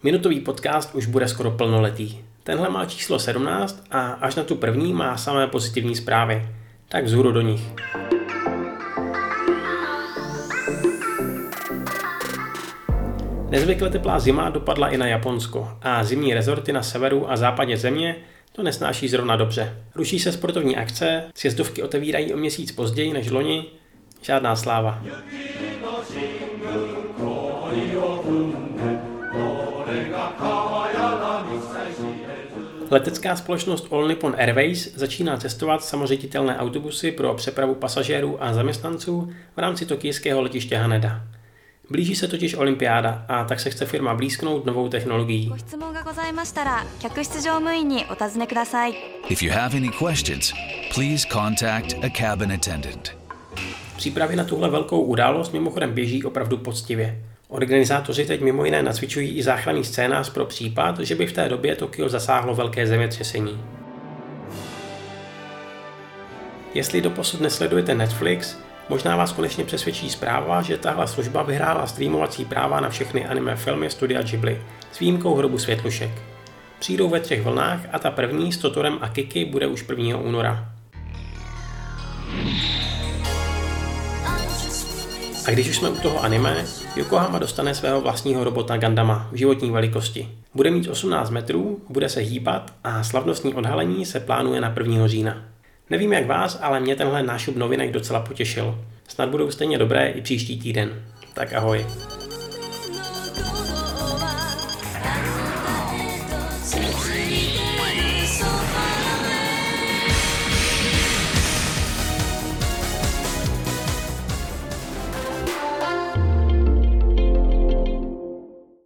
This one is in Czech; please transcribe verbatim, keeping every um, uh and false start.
Minutový podcast už bude skoro plnoletý. Tenhle má číslo sedmnáct a až na tu první má samé pozitivní zprávy. Tak vzhůru do nich. Nezvykle teplá zima dopadla i na Japonsko a zimní rezorty na severu a západě země to nesnáší zrovna dobře. Ruší se sportovní akce, sjezdovky otevírají o měsíc později než loni, žádná sláva. Letecká společnost All Nippon Airways začíná cestovat samoředitelné autobusy pro přepravu pasažérů a zaměstnanců v rámci tokijského letiště Haneda. Blíží se totiž olympiáda a tak se chce firma blízknout novou technologií. If you have any questions, please contact a cabin attendant. Přípravy na tuhle velkou událost mimochodem běží opravdu poctivě. Organizátoři teď mimo jiné nacvičují i záchranný scénář pro případ, že by v té době Tokio zasáhlo velké zemětřesení. Jestli doposud nesledujete Netflix, možná vás konečně přesvědčí zpráva, že tahle služba vyhrála streamovací práva na všechny anime filmy studia Ghibli, s výjimkou Hrobu světlušek. Přijdou ve třech vlnách a ta první s Totorem a Kiki bude už prvního února. A když už jsme u toho anime, Yokohama dostane svého vlastního robota Gundama v životní velikosti. Bude mít osmnáct metrů, bude se hýbat a slavnostní odhalení se plánuje na prvního října. Nevím jak vás, ale mě tenhle nášup novinek docela potěšil. Snad budou stejně dobré i příští týden. Tak ahoj.